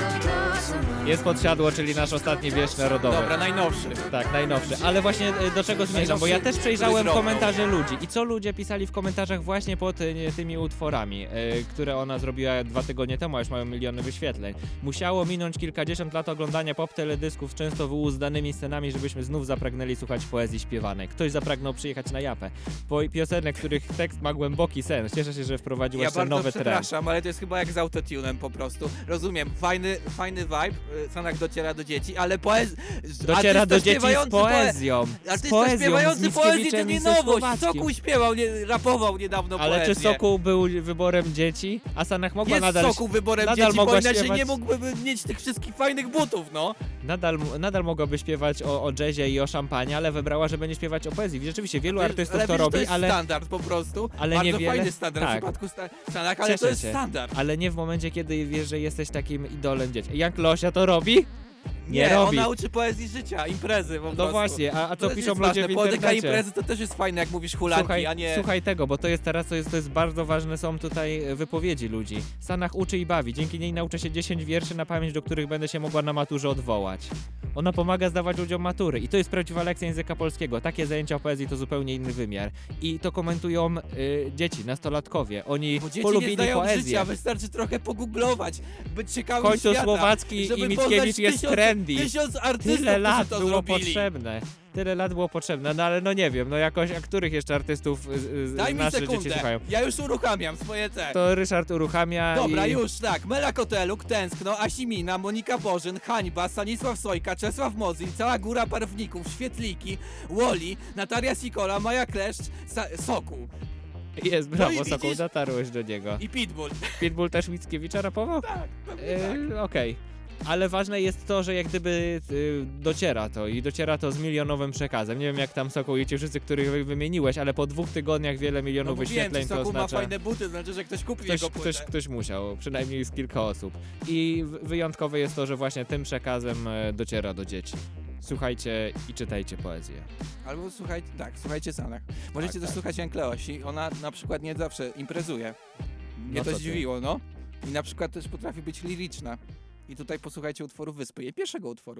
Jest Podsiadło, czyli nasz ostatni wiersz narodowy. Dobra, najnowszy. Tak, najnowszy. Ale właśnie do czego zmierzam, bo ja też przejrzałem komentarze ludzi i co ludzie pisali w komentarzach właśnie pod tymi utworami, które ona zrobiła 2 tygodnie temu, a już mają miliony wyświetleń. Musiało minąć kilkadziesiąt lat oglądania pop teledysków z często wyuzdanymi scenami, żebyśmy znów zapragnęli słuchać poezji śpiewanej. Ktoś zapragnął przyjechać na Japę. Piosenek, których tekst ma głęboki sens. Cieszę się, że wprowadziłaś ten nowy trend. Przepraszam, ale to jest chyba jak z autotunem po prostu. Rozumiem, fajny vibe, Sanak dociera do dzieci, ale dociera do dzieci z poezją. Artysta śpiewający poezję to nie nowość. Sokół śpiewał, rapował niedawno ale poezję. Czy Sokół był wyborem dzieci? A Sanak mogła jest nadal... Sokół wyborem dzieci, bo inaczej nie mógłby mieć tych wszystkich fajnych butów, no. Nadal mogłaby śpiewać o jazzie i o szampanie, ale wybrała, że będzie śpiewać o poezji. Rzeczywiście, wielu artystów to robi, to jest standard po prostu. Ale bardzo niewiele... fajny standard tak. w przypadku Sanak, ale to jest standard. Ale nie w momencie, kiedy wiesz, że jesteś takim idolem dzieci. Jan Losia to robi? Nie robi. Ona uczy poezji życia, imprezy po prostu. No właśnie, a co piszą ludzie w internecie? Poetyka imprezy to też jest fajne, jak mówisz hulanki, a nie... Słuchaj tego, bo to jest teraz, to jest bardzo ważne, są tutaj wypowiedzi ludzi. Sanach uczy i bawi, dzięki niej nauczę się 10 wierszy na pamięć, do których będę się mogła na maturze odwołać. Ona pomaga zdawać ludziom matury i to jest prawdziwa lekcja języka polskiego. Takie zajęcia poezji to zupełnie inny wymiar. I to komentują dzieci, nastolatkowie. Oni polubili nie zdają poezję. Życia, wystarczy trochę pogooglować, być ciekawym w końcu świata. Słowacki i Mickiewicz jest trendy. 1000 artystów, Tyle lat to było zrobili. potrzebne. Tyle lat było potrzebne, no ale no nie wiem, no jakoś, a których jeszcze artystów Daj mi nasze sekundę, dzieci słuchają? ja już uruchamiam swoje te. To Ryszard uruchamia. Dobra, już tak. Mela Koteluk, Tęskno, Asimina, Monika Bożyn, Hańba, Stanisław Sojka, Czesław Mozyl, cała góra barwników, Świetliki, Woli, Natalia Sikola, Maja Kleszcz, Sokół. Jest, brawo, No Sokół, dotarłeś do niego. I Pitbull. Pitbull też Mickiewicza rapował? Tak, pewnie tak. Okej. Ale ważne jest to, że jak gdyby dociera to z milionowym przekazem. Nie wiem jak tam Sokół i ci wszyscy, których wymieniłeś, ale po 2 tygodniach wiele milionów wyświetleń, to Sokół oznacza... ma fajne buty, znaczy, że ktoś kupił jego płytę. Ktoś musiał, przynajmniej z kilka osób. I wyjątkowe jest to, że właśnie tym przekazem dociera do dzieci. Słuchajcie i czytajcie poezję. Albo słuchajcie Sanach. Możecie też słuchać Jan Kleosi, ona na przykład nie zawsze imprezuje. Mnie to zdziwiło, no. I na przykład też potrafi być liryczna. I tutaj posłuchajcie utworu Wyspy, jej pierwszego utworu.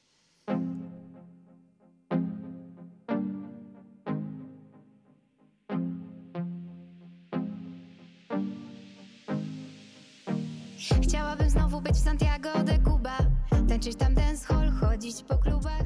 Chciałabym znowu być w Santiago de Cuba, tańczyć tam dancehall, chodzić po klubach.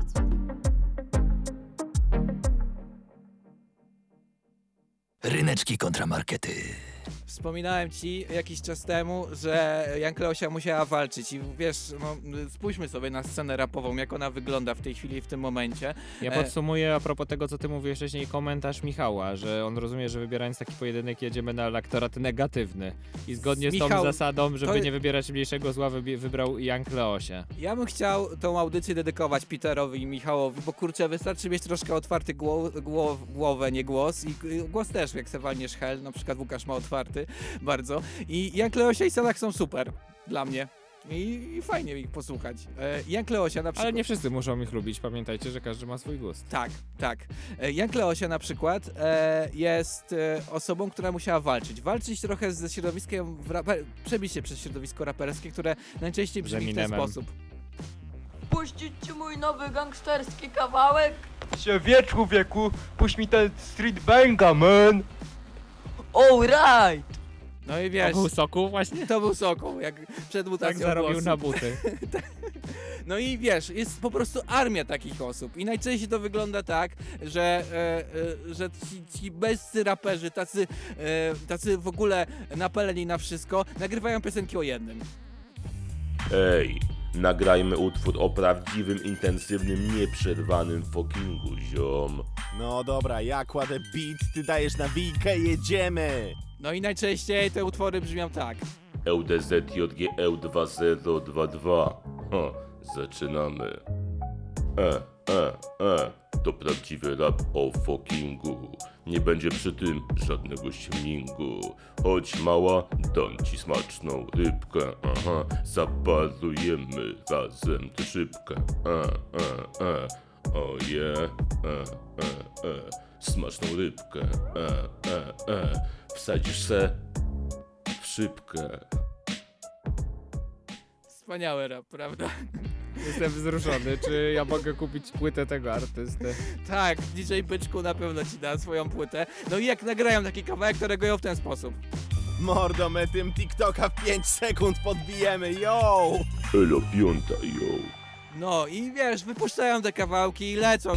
Ryneczki kontramarkety. Wspominałem ci jakiś czas temu, że Jan Kleosia musiała walczyć i wiesz, no spójrzmy sobie na scenę rapową, jak ona wygląda w tej chwili, w tym momencie. Ja podsumuję a propos tego, co ty mówiłeś wcześniej, komentarz Michała, że on rozumie, że wybierając taki pojedynek jedziemy na elektorat negatywny i zgodnie z tą zasadą, żeby nie wybierać mniejszego zła, wybrał Jan Kleosię. Ja bym chciał tą audycję dedykować Peterowi i Michałowi, bo kurczę, wystarczy mieć troszkę otwarty głowę, nie głos i głos też, jak se walniesz hel, na przykład Łukasz ma otwarty bardzo i Jan Kleosia i Sanak są super dla mnie. I fajnie ich posłuchać. Jan Kleosia na przykład... Ale nie wszyscy muszą ich lubić, pamiętajcie, że każdy ma swój gust. Tak. Jan Kleosia na przykład jest osobą, która musiała walczyć trochę ze środowiskiem, przebić się przez środowisko raperskie, które najczęściej brzmi w ten sposób. Puścić ci mój nowy gangsterski kawałek? Wie człowieku, puść mi ten street banga, man! Alright! No i wiesz... To był Sokół właśnie? To był Sokół, jak przed mutacją tak zarobił głosu. na buty. No i wiesz, jest po prostu armia takich osób i najczęściej to wygląda tak, że ci bezcy raperzy, tacy w ogóle napaleni na wszystko, nagrywają piosenki o jednym. Ej, nagrajmy utwór o prawdziwym, intensywnym, nieprzerwanym fuckingu, ziom. No dobra, ja kładę beat, ty dajesz nawijkę, jedziemy! No i najczęściej te utwory brzmią tak. LDZJGL2022. Zaczynamy. To prawdziwy rap o fuckingu. Nie będzie przy tym żadnego śmingu. Chodź mała, dam ci smaczną rybkę. Zaparujemy razem tę szybkę. Smaczną rybkę. Wsadzisz se w szybkę. Wspaniały rap, prawda? Jestem wzruszony, czy ja mogę kupić płytę tego artysty? Tak, DJ Byczku na pewno ci da swoją płytę. No i jak nagrają taki kawałek, to reagują w ten sposób. Mordo, my tym TikToka w 5 sekund podbijemy, yo! Elo piąta, yo. No i wiesz, wypuszczają te kawałki i lecą.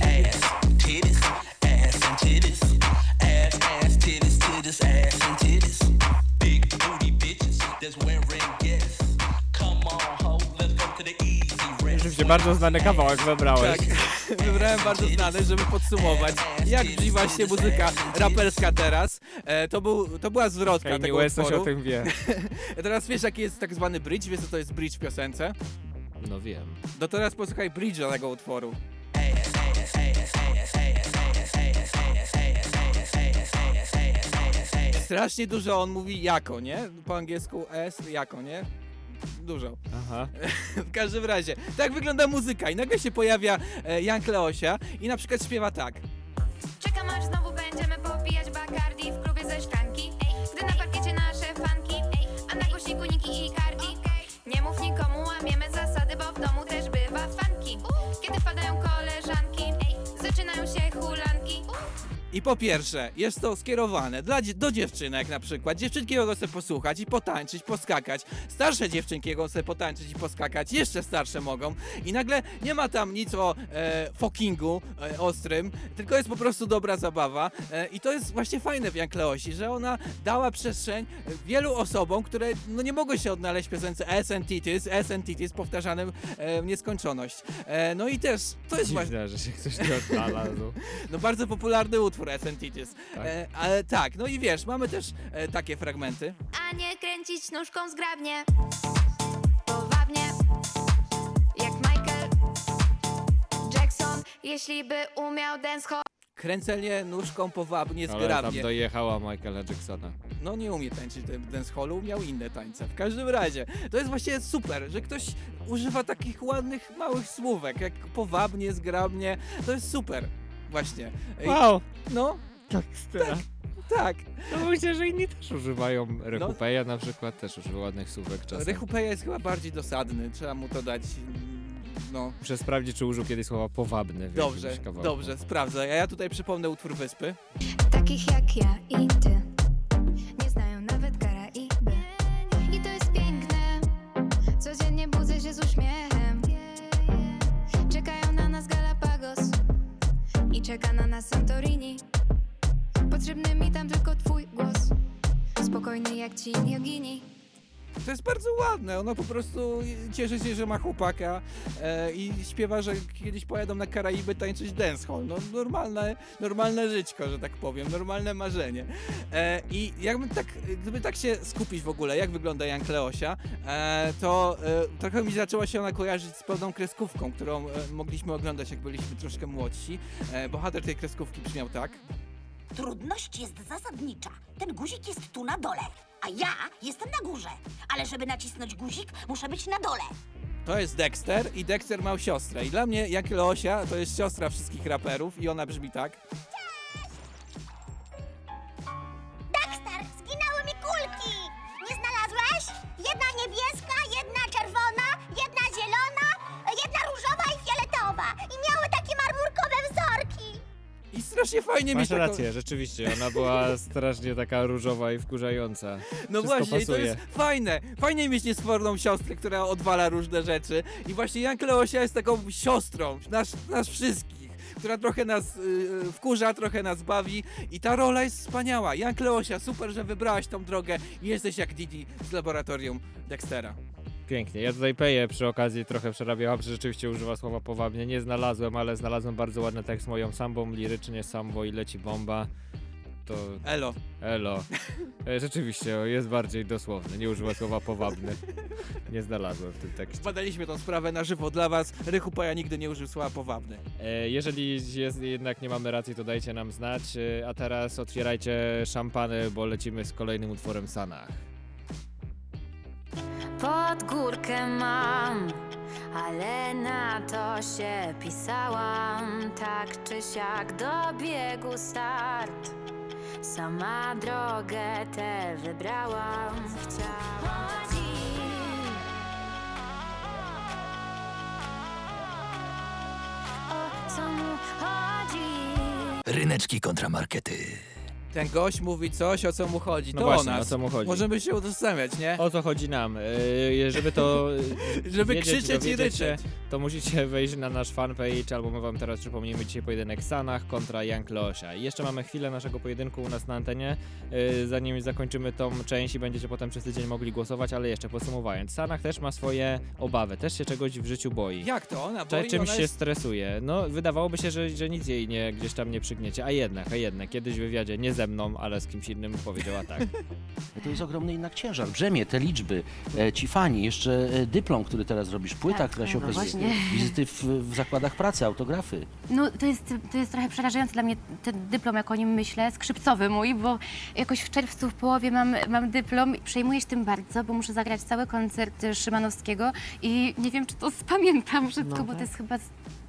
Rzeczywiście bardzo znany kawałek wybrałeś. Tak, wybrałem bardzo znany, żeby podsumować, jak brzmi właśnie muzyka raperska teraz. To była zwrotka Kanye tego West coś utworu. o tym wie. Teraz wiesz, jaki jest tak zwany bridge? Wiesz, co to jest bridge w piosence? No wiem. No teraz posłuchaj bridge'a tego utworu. Strasznie dużo on mówi jako, nie? Po angielsku S, jako, nie? Dużo. Aha. W każdym razie, tak wygląda muzyka i nagle się pojawia Jan Kleosia i na przykład śpiewa tak. Czekam aż znowu będziemy popijać Bacardi w klubie ze szklanki. Gdy na parkiecie nasze fanki, a na głośniku Niki i Cardi. Nie mów nikomu, łamiemy zasady, bo w domu też bywa fanki. Kiedy wpadają koleżanki, zaczynają się hulanki. I po pierwsze, jest to skierowane do dziewczynek na przykład. Dziewczynki mogą sobie posłuchać i potańczyć, poskakać. Starsze dziewczynki mogą sobie potańczyć i poskakać. Jeszcze starsze mogą. I nagle nie ma tam nic o fuckingu ostrym, tylko jest po prostu dobra zabawa. I to jest właśnie fajne w Jan Kleosi, że ona dała przestrzeń wielu osobom, które no, nie mogły się odnaleźć w piosence S and Titties powtarzanym w nieskończoność. No i też to jest właśnie... Dziwne, że się ktoś nie odnalazł. No bardzo popularny utwór S&T's. Tak. Ale tak, no i wiesz, mamy też takie fragmenty. A nie kręcić nóżką zgrabnie, powabnie, jak Michael Jackson, jeśli by umiał dancehall. Kręcenie nóżką powabnie, Ale tam zgrabnie. dojechała Michaela Jacksona. No nie umie tańczyć w dancehallu, miał inne tańce. W każdym razie, to jest właśnie super, że ktoś używa takich ładnych, małych słówek, jak powabnie, zgrabnie. To jest super, właśnie. Wow! No, Tak. tak. No myślę, że inni też używają. Rehupeja na przykład też używa ładnych słówek czasem. Rehupeja jest chyba bardziej dosadny, trzeba mu to dać, no. Muszę sprawdzić, czy użył kiedyś słowa powabne. w Dobrze, jakimś kawałku. dobrze, sprawdzę. A ja tutaj przypomnę utwór Wyspy. Takich jak ja i ty nie znają nawet Karaiby. I to jest piękne, codziennie budzę się z uśmiechem. Czekają na nas Galapagos i czeka na nas Santorini. Potrzebny mi tam tylko twój głos, spokojny jak ci jogini. To jest bardzo ładne, ona po prostu cieszy się, że ma chłopaka i śpiewa, że kiedyś pojadą na Karaiby tańczyć dancehall. No normalne żyćko, że tak powiem, normalne marzenie. I gdyby tak się skupić w ogóle, jak wygląda Jan Kleosia, to trochę mi zaczęła się ona kojarzyć z pewną kreskówką, którą mogliśmy oglądać, jak byliśmy troszkę młodsi. Bohater tej kreskówki brzmiał tak. Trudność jest zasadnicza. Ten guzik jest tu na dole, a ja jestem na górze. Ale żeby nacisnąć guzik, muszę być na dole. To jest Dexter i Dexter miał siostrę. I dla mnie Jan Kleosia to jest siostra wszystkich raperów i ona brzmi tak. Dexter, zginęły mi kulki! Nie znalazłeś? Jedna niebieska, jedna czerwona, jedna zielona, jedna różowa i fioletowa. I miały takie marmurkowe wzorki. I strasznie fajnie Masz mieć taką... rację, rzeczywiście, ona była strasznie taka różowa i wkurzająca. No Wszystko właśnie, i to pasuje. jest fajne. Fajnie mieć niesforną siostrę, która odwala różne rzeczy. I właśnie Jan Kleosia jest taką siostrą, nas wszystkich, która trochę nas wkurza, trochę nas bawi. I ta rola jest wspaniała. Jan Kleosia, super, że wybrałaś tą drogę i jesteś jak Didi z laboratorium Dextera. Pięknie. Ja tutaj Peję przy okazji trochę przerabiałam, że rzeczywiście używa słowa powabnie. Nie znalazłem, ale znalazłem bardzo ładny tekst moją sambą, lirycznie sambo i leci bomba. To... Elo. Elo. Rzeczywiście, jest bardziej dosłowny. Nie używa słowa powabny. Nie znalazłem w tym tekście. Badaliśmy tą sprawę na żywo dla was. Rychu Paja nigdy nie użył słowa powabny. Jeżeli jednak nie mamy racji, to dajcie nam znać. A teraz otwierajcie szampany, bo lecimy z kolejnym utworem Sanach. Pod górkę mam, ale na to się pisałam. Tak czy siak dobiegł start, sama drogę tę wybrałam. Chciałam Ryneczki kontra markety. Ten gość mówi coś, o co mu chodzi. No To właśnie, o nas. o co mu chodzi. Możemy się utożsamiać, nie? O co chodzi nam? Żeby to Żeby wiedzieć, krzyczeć i dowiedzieć się, ryczeć. to musicie wejść na nasz fanpage, albo my wam teraz przypomnimy dzisiaj pojedynek Sanach kontra Young Leosia. I jeszcze mamy chwilę naszego pojedynku u nas na antenie, zanim zakończymy tą część i będziecie potem przez tydzień mogli głosować, ale jeszcze podsumowując. Sanach też ma swoje obawy, też się czegoś w życiu boi. Jak to? Ona boi? Czymś Ona się jest... stresuje. No, wydawałoby się, że nic jej gdzieś tam nie przygniecie, a jednak, kiedyś w wywiadzie, nie ze mną, ale z kimś innym powiedziała tak. To jest ogromny jednak ciężar, brzemię, te liczby, ci fani, jeszcze dyplom, który teraz robisz, płyta, która się okazuje, właśnie. wizyty w zakładach pracy, autografy. No to jest trochę przerażające dla mnie ten dyplom, jak o nim myślę, skrzypcowy mój, bo jakoś w czerwcu w połowie mam dyplom i przejmuję się tym bardzo, bo muszę zagrać cały koncert Szymanowskiego i nie wiem, czy to spamiętam wszystko, bo to jest chyba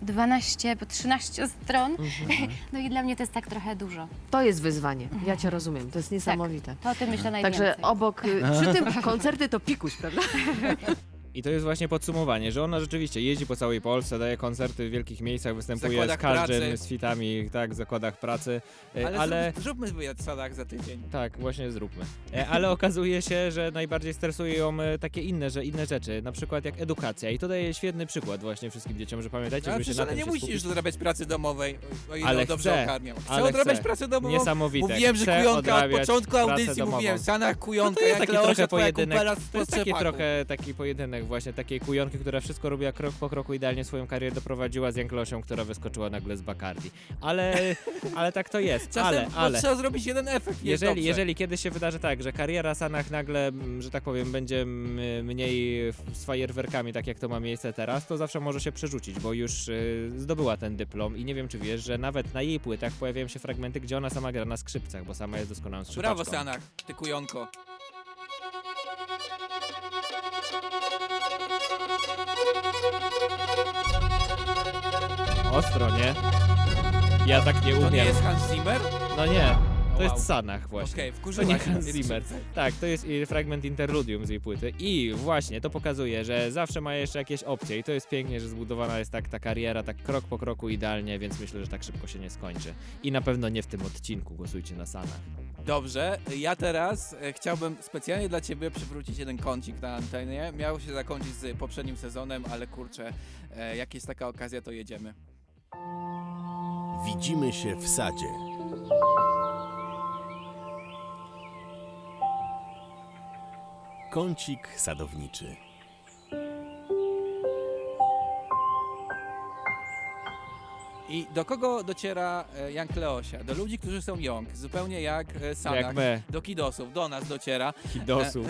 12, bo 13 stron. No i dla mnie to jest tak trochę dużo. To jest wyzwanie, ja cię rozumiem, to jest niesamowite. Tak, to o tym myślę najwięcej. Także obok, przy tym koncerty to pikuś, prawda? I to jest właśnie podsumowanie, że ona rzeczywiście jeździ po całej Polsce, daje koncerty w wielkich miejscach, występuje z każdym, pracy. z fitami, tak, w zakładach pracy, ale... Zróbmy wywiad w Sanach za tydzień. Tak, właśnie zróbmy. Ale okazuje się, że najbardziej stresuje ją takie inne rzeczy, na przykład jak edukacja. I to daje świetny przykład właśnie wszystkim dzieciom, że pamiętajcie, żeby się na tym nie się musisz skupić. odrabiać pracy domowej, o ile Ale dobrze chcę, ogarniam. Chcę ale odrabiać chcę. pracę domową. Niesamowite. Mówiłem, że Chcę kujonka od odrabiać początku pracę audycji domową. mówiłem, Sanach kujonka, to jest jak taki trochę Leosia, twoja pojedynek, kumpela to jest taki trzepaku. trochę taki pojedynek właśnie takiej kujonki, która wszystko robiła krok po kroku, idealnie swoją karierę doprowadziła z Young Leosią, która wyskoczyła nagle z Bacardi. Ale tak to jest. Czasem ale trzeba zrobić jeden efekt. jeżeli kiedyś się wydarzy tak, że kariera Sanach nagle, że tak powiem, będzie mniej z fajerwerkami, tak jak to ma miejsce teraz, to zawsze może się przerzucić, bo już zdobyła ten dyplom i nie wiem, czy wiesz, że nawet na jej płytach pojawiają się fragmenty, gdzie ona sama gra na skrzypcach, bo sama jest doskonałą skrzypaczką. Brawo, Sanach, ty kujonko. Ostro, nie? Ja tak nie umiem. To nie jest Hans Zimmer? No nie. To Wow. jest Sanach właśnie. Okej, to wkurzyła nie się Hans na tej Zimmer. skrzypce. Tak, to jest fragment interludium z jej płyty i właśnie to pokazuje, że zawsze ma jeszcze jakieś opcje i to jest pięknie, że zbudowana jest tak ta kariera, tak krok po kroku idealnie, więc myślę, że tak szybko się nie skończy. I na pewno nie w tym odcinku, głosujcie na Sanach. Dobrze, ja teraz chciałbym specjalnie dla ciebie przywrócić jeden kącik na antenie. Miało się zakończyć z poprzednim sezonem, ale kurczę, jak jest taka okazja, to jedziemy. Widzimy się w sadzie. Kącik sadowniczy. I do kogo dociera Young Leosia? Do ludzi, którzy są young, zupełnie jak Sanach. Jak my. Do kidosów, do nas dociera. Kidosów.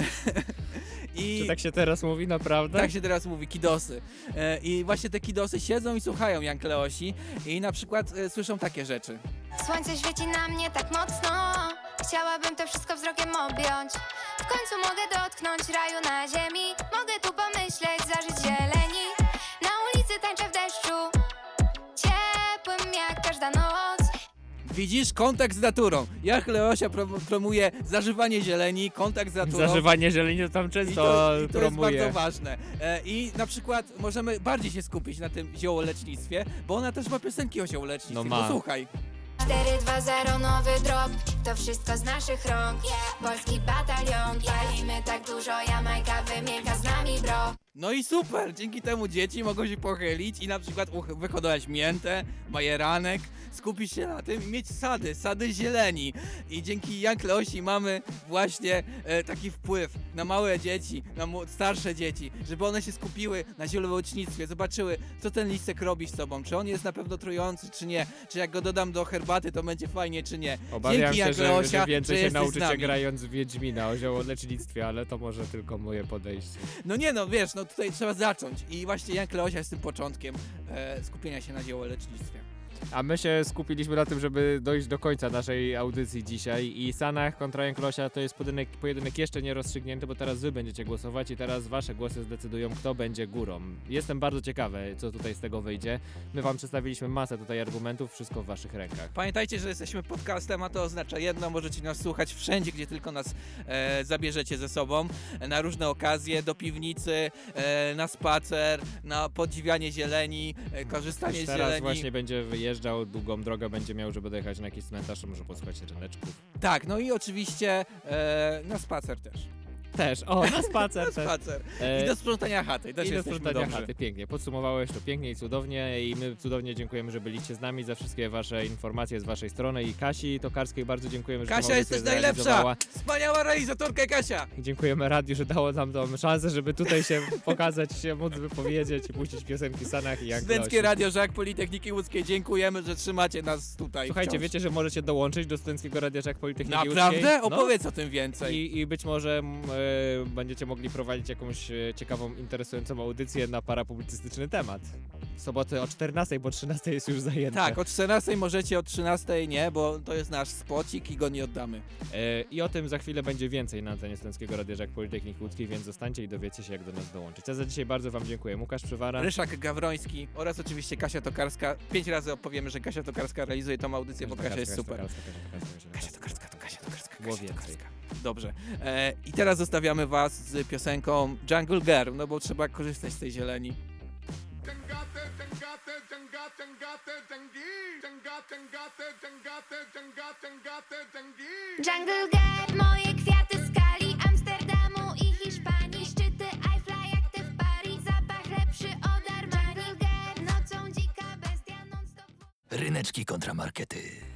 I Czy tak się teraz mówi, naprawdę? tak się teraz mówi, kidosy. I właśnie te kidosy siedzą i słuchają Young Leosi i na przykład słyszą takie rzeczy. Słońce świeci na mnie tak mocno, chciałabym to wszystko wzrokiem objąć. W końcu mogę dotknąć raju na ziemi, mogę tu pomyśleć, zażyć zieleni. Na ulicy tańczę w deszczu, ciepłym jak każda noc. Widzisz? Kontakt z naturą. Young Leosia promuje zażywanie zieleni, kontakt z naturą. Zażywanie zieleni to tam często I to promuje. jest bardzo ważne. I na przykład możemy bardziej się skupić na tym ziołolecznictwie, bo ona też ma piosenki o ziołolecznictwie. No ma. Posłuchaj. 4-2-0, nowy drop, to wszystko z naszych rąk. Polski batalion, palimy tak dużo, Jamajka wymienka z nami, bro. No i super, dzięki temu dzieci mogą się pochylić i na przykład wyhodować miętę, majeranek, skupić się na tym i mieć sady zieleni. I dzięki Young Leosi mamy właśnie taki wpływ na małe dzieci, na starsze dzieci, żeby one się skupiły na ziołolecznictwie, zobaczyły, co ten listek robi z sobą, czy on jest na pewno trujący, czy nie, czy jak go dodam do herbaty, to będzie fajnie, czy nie. Obawiam dzięki się, Young że Leosia, więcej się jesteś z nauczycie nami. grając w Wiedźmina o ziołolecznictwie, ale to może tylko moje podejście. No nie no, wiesz, no tutaj trzeba zacząć i właśnie Young Leosia jest tym początkiem skupienia się na ziołolecznictwie. A my się skupiliśmy na tym, żeby dojść do końca naszej audycji dzisiaj i Sanach kontra Young Leosia to jest pojedynek jeszcze nie rozstrzygnięty, bo teraz wy będziecie głosować i teraz wasze głosy zdecydują, kto będzie górą. Jestem bardzo ciekawy, co tutaj z tego wyjdzie. My wam przedstawiliśmy masę tutaj argumentów, wszystko w waszych rękach. Pamiętajcie, że jesteśmy podcastem, a to oznacza jedno, możecie nas słuchać wszędzie, gdzie tylko nas zabierzecie ze sobą, na różne okazje, do piwnicy, na spacer, na podziwianie zieleni, korzystanie z Teraz zieleni. właśnie będzie wyjeżdżać wyjeżdżał, długą drogę będzie miał, żeby dojechać na jakiś cmentarz, to może posłuchać Ryneczków. Tak, no i oczywiście na spacer też. Na spacer też. Spacer. I do sprzątania chaty. Też I do jesteśmy sprzątania dobrzy. chaty, pięknie. Podsumowałeś to pięknie i cudownie i my cudownie dziękujemy, że byliście z nami, za wszystkie wasze informacje z waszej strony i Kasi Tokarskiej bardzo dziękujemy, że Kasia, tę jesteś audycję najlepsza! zrealizowała. Wspaniała realizatorka Kasia! I dziękujemy radiu, że dało nam tą szansę, żeby tutaj się pokazać, się móc wypowiedzieć i puścić piosenki Sanach i Young Studenckie Glosi. Radio Żak Politechniki Łódzkiej, dziękujemy, że trzymacie nas tutaj. Słuchajcie, wciąż. wiecie, że możecie dołączyć do Studenckiego Radia Żak Politechniki Naprawdę? Łódzkiej? Opowiedz o tym więcej. I być może będziecie mogli prowadzić jakąś ciekawą, interesującą audycję na parapublicystyczny temat. W sobotę o 14, bo 13 jest już zajęte. Tak, o 14 możecie, o 13 nie, bo to jest nasz spocik i go nie oddamy. I o tym za chwilę będzie więcej na antenie Studenckiego Radia Żak Politechniki Łódzkiej, więc zostańcie i dowiecie się, jak do nas dołączyć. A za dzisiaj bardzo wam dziękuję. Łukasz Przywara, Ryszak Gawroński oraz oczywiście Kasia Tokarska. 5 razy opowiemy, że Kasia Tokarska realizuje tą audycję, bo Kasia jest super. Kasia Tokarska. Było więcej. Dobrze. I teraz zostawiamy was z piosenką Jungle Girl, no bo trzeba korzystać z tej zieleni. Jungle Girl, moje kwiaty skali Amsterdamu i Hiszpanii, szczyty Eiffla jak te w Paris, zapach lepszy od Armani. Jungle Girl, nocą dzika bestia non stop. Ryneczki kontramarkety.